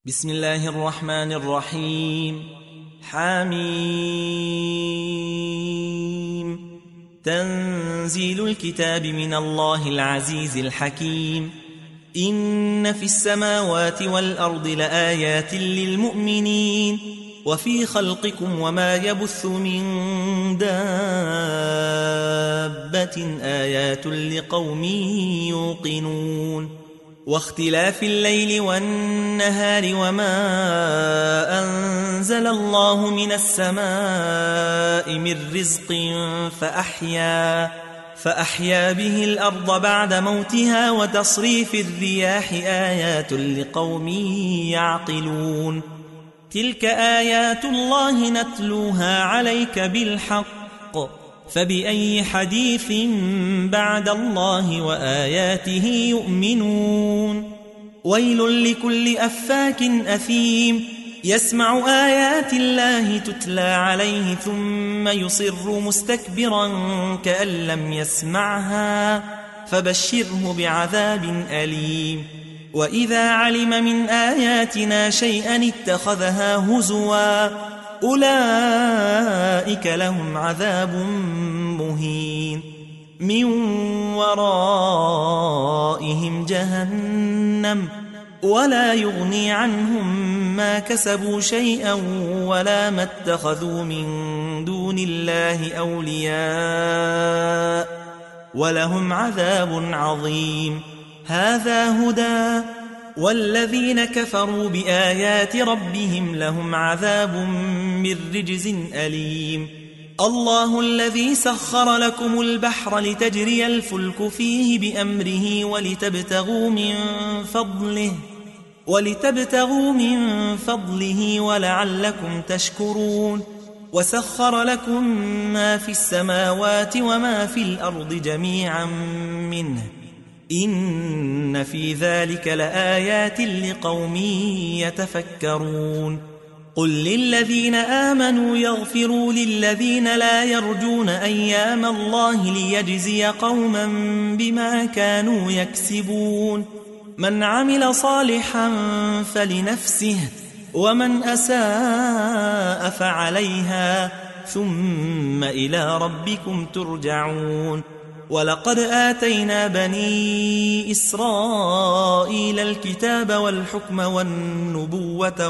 بسم الله الرحمن الرحيم. حميم. تنزيل الكتاب من الله العزيز الحكيم. إن في السماوات والأرض لآيات للمؤمنين وفي خلقكم وما يبث من دابة آيات لقوم يوقنون. واختلاف الليل والنهار وما أنزل الله من السماء من رزق فأحيا به الأرض بعد موتها وتصريف الرياح آيات لقوم يعقلون. تلك آيات الله نتلوها عليك بالحق فبأي حديث بعد الله وآياته يؤمنون. ويل لكل أفاك أثيم يسمع آيات الله تتلى عليه ثم يصر مستكبرا كأن لم يسمعها فبشره بعذاب أليم. وإذا علم من آياتنا شيئا اتخذها هزوا أولئك لهم عذاب مهين من ورائهم جهنم ولا يغني عنهم ما كسبوا شيئا ولا ما اتخذوا من دون الله أولياء ولهم عذاب عظيم. هذا هدى والذين كفروا بآيات ربهم لهم عذاب من رجز أليم. الله الذي سخر لكم البحر لتجري الفلك فيه بأمره ولتبتغوا من فضله ولعلكم تشكرون. وسخر لكم ما في السماوات وما في الأرض جميعا منه إن في ذلك لآيات لقوم يتفكرون. قل للذين آمنوا يغفروا للذين لا يرجون أيام الله ليجزي قوما بما كانوا يكسبون. من عمل صالحا فلنفسه ومن أساء فعليها ثم إلى ربكم ترجعون. ولقد آتينا بني إسرائيل الكتاب والحكم والنبوة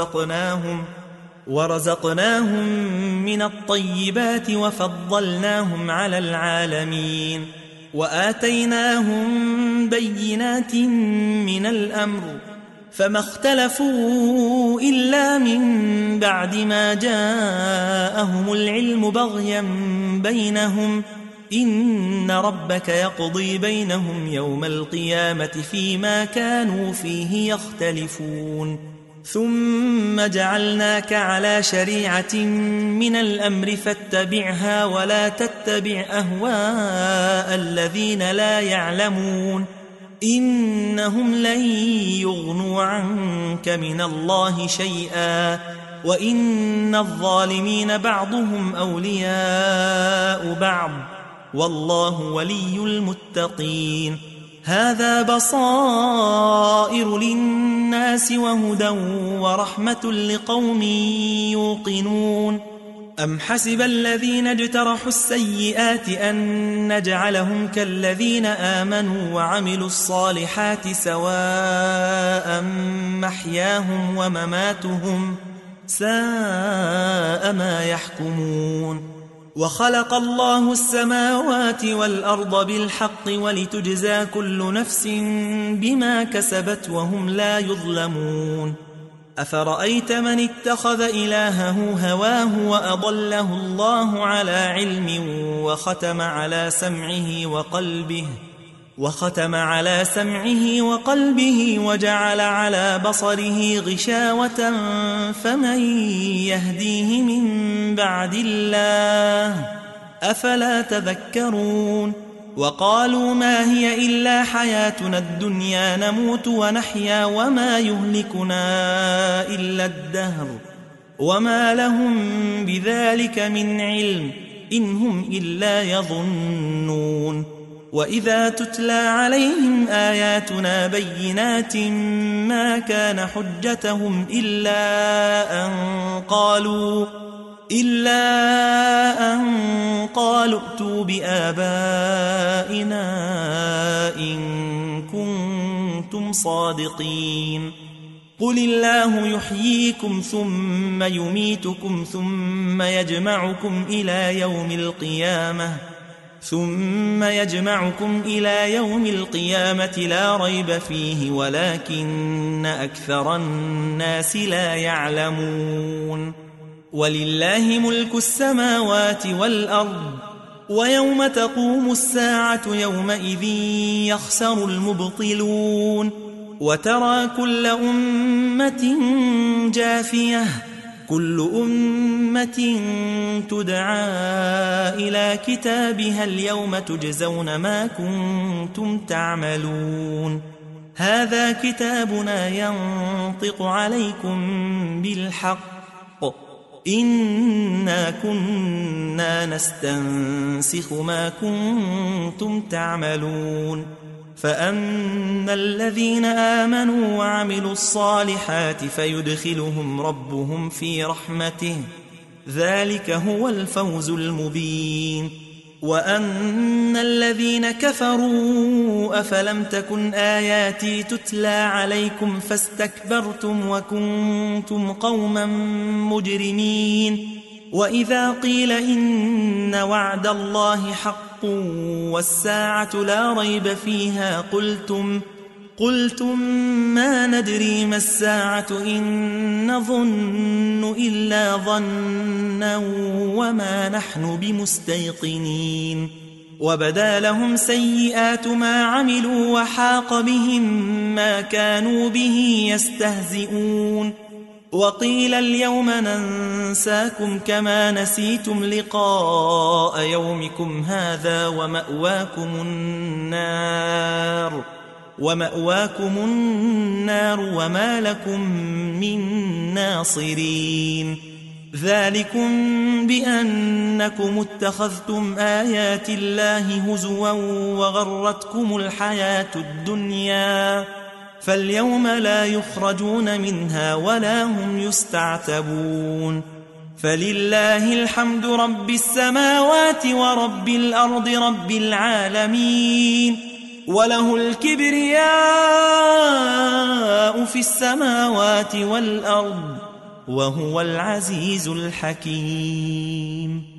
ورزقناهم من الطيبات وفضلناهم على العالمين. وآتيناهم بينات من الأمر فما اختلفوا إلا من بعد ما جاءهم العلم بغيا بينهم إن ربك يقضي بينهم يوم القيامة فيما كانوا فيه يختلفون. ثم جعلناك على شريعة من الأمر فاتبعها ولا تتبع أهواء الذين لا يعلمون إنهم لن يغنوا عنك من الله شيئا وإن الظالمين بعضهم أولياء بعض والله ولي المتقين. هذا بصائر للناس وهدى ورحمة لقوم يوقنون. أم حسب الذين اجترحوا السيئات أن نجعلهم كالذين آمنوا وعملوا الصالحات سواء محياهم ومماتهم ساء ما يحكمون. وخلق الله السماوات والأرض بالحق ولتجزى كل نفس بما كسبت وهم لا يظلمون. أفرأيت من اتخذ إلهه هواه وأضله الله على علم وختم على سمعه وقلبه وجعل على بصره غشاوة فمن يهديه من بعد الله أفلا تذكرون. وقالوا ما هي إلا حياتنا الدنيا نموت ونحيا وما يهلكنا إلا الدهر وما لهم بذلك من علم إن هم إلا يظنون. وإذا تتلى عليهم آياتنا بينات ما كان حجتهم إلا أن قالوا ائتوا بآبائنا إن كنتم صادقين قل الله يحييكم ثم يميتكم ثم يجمعكم إلى يوم القيامة لا ريب فيه ولكن أكثر الناس لا يعلمون ولله ملك السماوات والأرض ويوم تقوم الساعة يومئذ يخسر المبطلون وترى كل أمة جاثية كل أمة تدعى إلى كتابها اليوم تجزون ما كنتم تعملون هذا كتابنا ينطق عليكم بالحق إنا كنا نستنسخ ما كنتم تعملون فأما الذين آمنوا وعملوا الصالحات فيدخلهم ربهم في رحمته ذلك هو الفوز المبين وأن الذين كفروا أفلم تكن آياتي تتلى عليكم فاستكبرتم وكنتم قوما مجرمين وإذا قيل إن وعد الله حق والساعة لا ريب فيها قلتم ما ندري ما الساعة إن نظن إلا ظنا وما نحن بمستيقنين وبدا لهم سيئات ما عملوا وحاق بهم ما كانوا به يستهزئون وقيل اليوم ننساكم كما نسيتم لقاء يومكم هذا ومأواكم النار وما لكم من ناصرين ذلكم بأنكم اتخذتم آيات الله هزوا وغرتكم الحياة الدنيا فاليوم لا يخرجون منها ولا هم يستعتبون فلله الحمد رب السماوات ورب الأرض رب العالمين وله الكبرياء في السماوات والأرض وهو العزيز الحكيم